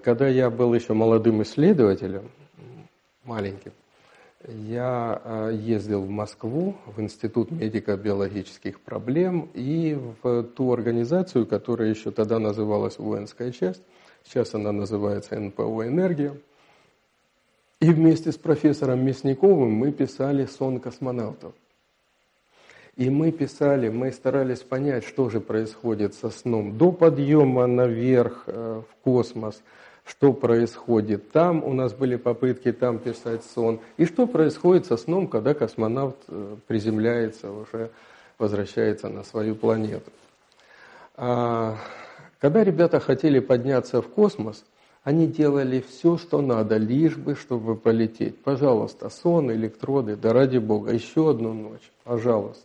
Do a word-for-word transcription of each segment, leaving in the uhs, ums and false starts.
когда я был еще молодым исследователем, маленьким, я ездил в Москву, в Институт медико-биологических проблем и в ту организацию, которая еще тогда называлась «Воинская часть», сейчас она называется эн пэ о «Энергия». И вместе с профессором Мясниковым мы писали сон космонавтов. И мы писали, мы старались понять, что же происходит со сном до подъема наверх в космос, что происходит там, у нас были попытки там писать сон, и что происходит со сном, когда космонавт приземляется, уже возвращается на свою планету. А когда ребята хотели подняться в космос, они делали все, что надо, лишь бы, чтобы полететь. Пожалуйста, сон, электроды, да ради Бога, еще одну ночь, пожалуйста.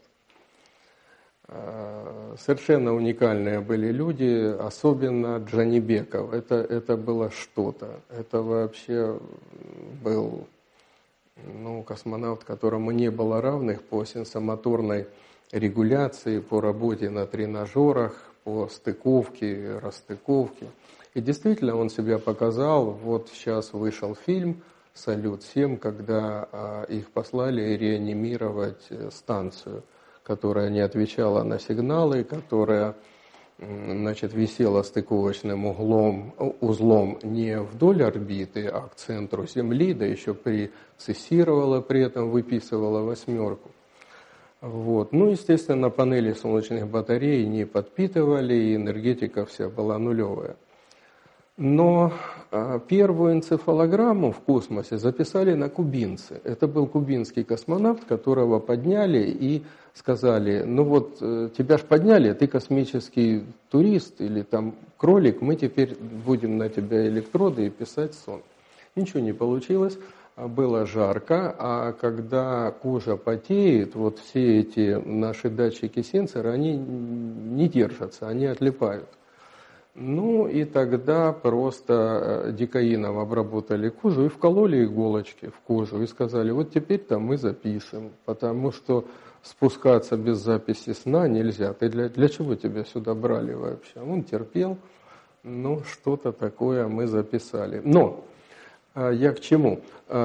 Совершенно уникальные были люди, особенно Джанибеков. Это, это было что-то. Это вообще был ну, космонавт, которому не было равных по сенсомоторной регуляции, по работе на тренажерах, по стыковке, расстыковке. И действительно он себя показал. Вот сейчас вышел фильм «Салют-семь», когда а, их послали реанимировать станцию, которая не отвечала на сигналы, которая значит, висела стыковочным углом, узлом не вдоль орбиты, а к центру Земли, да еще прецессировала, при этом выписывала восьмерку. Вот. Ну, естественно, панели солнечных батарей не подпитывали, и энергетика вся была нулевая. Но первую энцефалограмму в космосе записали на кубинце. Это был кубинский космонавт, которого подняли и сказали, ну вот тебя ж подняли, ты космический турист или там кролик, мы теперь будем на тебя электроды и писать сон. Ничего не получилось, было жарко, а когда кожа потеет, вот все эти наши датчики-сенсоры, они не держатся, они отлипают. Ну и тогда просто дикаином обработали кожу и вкололи иголочки в кожу и сказали, вот теперь-то мы запишем, потому что спускаться без записи сна нельзя. Ты для, для чего тебя сюда брали вообще? Он терпел, ну что-то такое мы записали. Но я к чему?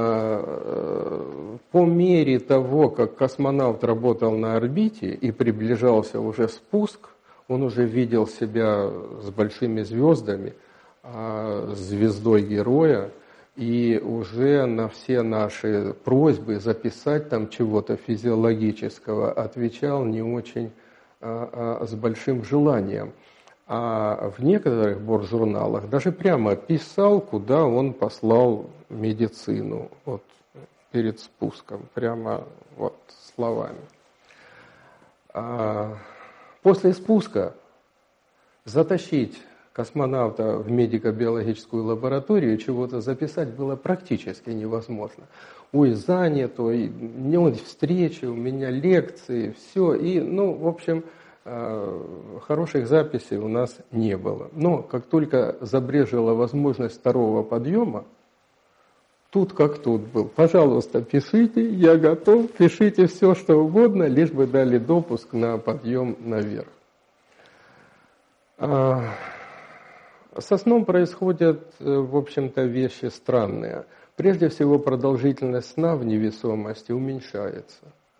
По мере того, как космонавт работал на орбите и приближался уже спуск, он уже видел себя с большими звездами, звездой героя, и уже на все наши просьбы записать там чего-то физиологического отвечал не очень а, а, с большим желанием. А в некоторых борт-журналах даже прямо писал, куда он послал медицину вот, перед спуском, прямо вот словами. А после спуска затащить космонавта в медико-биологическую лабораторию, чего-то записать было практически невозможно. Ой, занят, ой, мне вот встречи, у меня лекции, все. И, ну, в общем, хороших записей у нас не было. Но как только забрежила возможность второго подъема, тут как тут был. Пожалуйста, пишите, я готов, пишите все, что угодно, лишь бы дали допуск на подъем наверх. Со сном происходят, в общем-то, вещи странные. Прежде всего, продолжительность сна в невесомости уменьшается.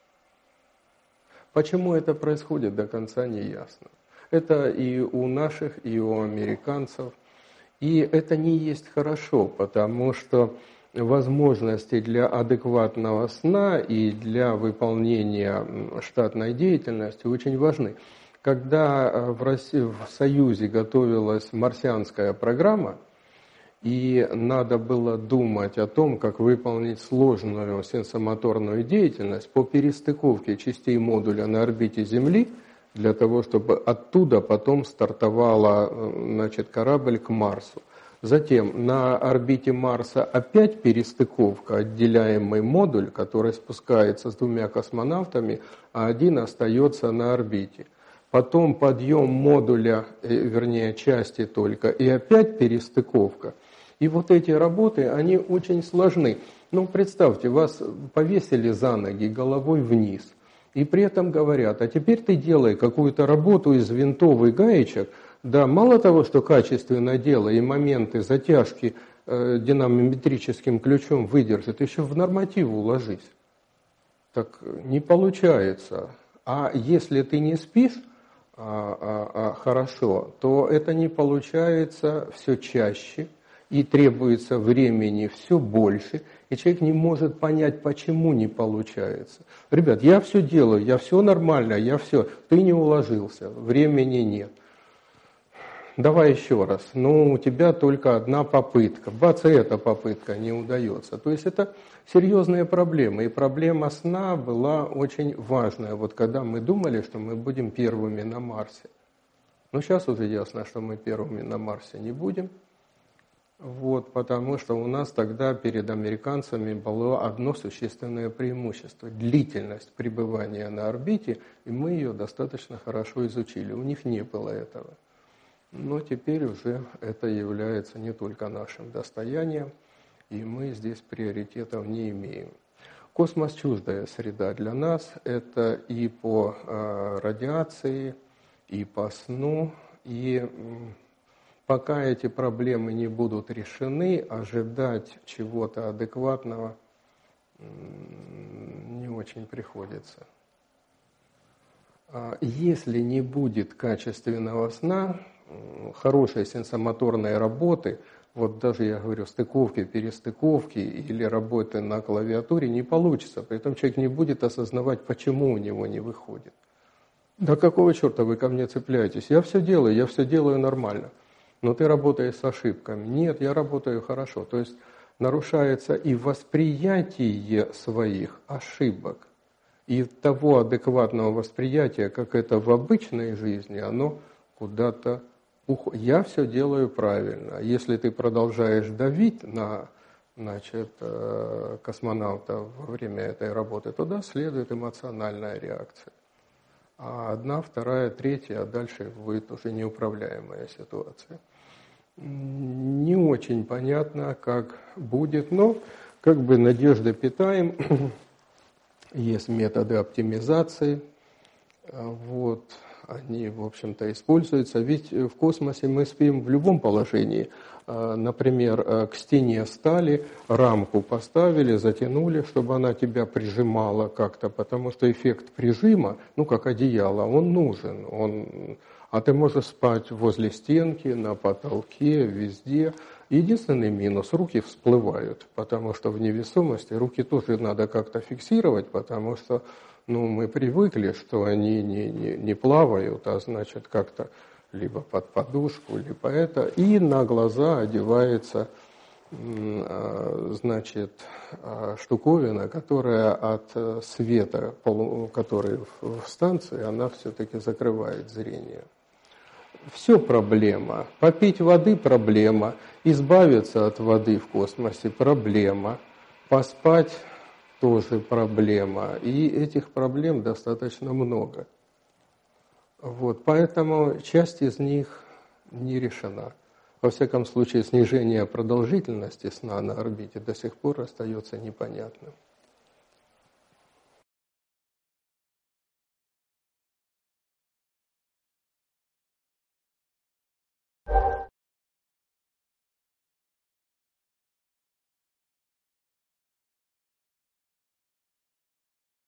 Почему это происходит, до конца не ясно. Это и у наших, и у американцев. И это не есть хорошо, потому что возможности для адекватного сна и для выполнения штатной деятельности очень важны. Когда в России, в Союзе готовилась марсианская программа, и надо было думать о том, как выполнить сложную сенсомоторную деятельность по перестыковке частей модуля на орбите Земли, для того, чтобы оттуда потом стартовала, значит, корабль к Марсу. Затем на орбите Марса опять перестыковка, отделяемый модуль, который спускается с двумя космонавтами, а один остается на орбите. Потом подъем модуля, вернее части только, и опять перестыковка. И вот эти работы, они очень сложны. Ну, представьте, вас повесили за ноги головой вниз, и при этом говорят, а теперь ты делай какую-то работу из винтов и гаечек, Да, мало того, что качественное дело и моменты затяжки э, динамометрическим ключом выдержит, еще в нормативу уложись. Так не получается. А если ты не спишь а, а, а, хорошо, то это не получается все чаще, и требуется времени все больше, и человек не может понять, почему не получается. Ребят, я все делаю, я все нормально, я все, ты не уложился, времени нет. Давай еще раз. Ну, у тебя только одна попытка. Бац, и эта попытка не удается. То есть это серьезные проблемы. И проблема сна была очень важная. Вот когда мы думали, что мы будем первыми на Марсе. Но сейчас уже ясно, что мы первыми на Марсе не будем. Вот, потому что у нас тогда перед американцами было одно существенное преимущество – длительность пребывания на орбите, и мы ее достаточно хорошо изучили. У них не было этого. Но теперь уже это является не только нашим достоянием, и мы здесь приоритетов не имеем. Космос – чуждая среда для нас. Это и по э, радиации, и по сну. И пока эти проблемы не будут решены, ожидать чего-то адекватного не очень приходится. Если не будет качественного сна, хорошей сенсомоторной работы, вот даже я говорю, стыковки, перестыковки или работы на клавиатуре не получится. При этом человек не будет осознавать, почему у него не выходит. Да какого черта вы ко мне цепляетесь? Я все делаю, я все делаю нормально. Но ты работаешь с ошибками. Нет, я работаю хорошо. То есть нарушается и восприятие своих ошибок, и того адекватного восприятия, как это в обычной жизни, оно куда-то уходит. Я все делаю правильно. Если ты продолжаешь давить на, значит, космонавта во время этой работы, то да, следует эмоциональная реакция. А одна, вторая, третья, а дальше будет уже неуправляемая ситуация. Не очень понятно, как будет, но как бы надежды питаем. Есть методы оптимизации. Вот. Они, в общем-то, используются. Ведь в космосе мы спим в любом положении. Например, к стене стали, рамку поставили, затянули, чтобы она тебя прижимала как-то, потому что эффект прижима, ну, как одеяло, он нужен. Он... А ты можешь спать возле стенки, на потолке, везде. Единственный минус – руки всплывают, потому что в невесомости руки тоже надо как-то фиксировать, потому что ну, мы привыкли, что они не, не, не плавают, а значит как-то либо под подушку, либо это. И на глаза одевается значит, штуковина, которая от света, который в станции, она все-таки закрывает зрение. Все проблема. Попить воды – проблема. Избавиться от воды в космосе – проблема. Поспать – тоже проблема. И этих проблем достаточно много. Вот. Поэтому часть из них не решена. Во всяком случае, снижение продолжительности сна на орбите до сих пор остается непонятным.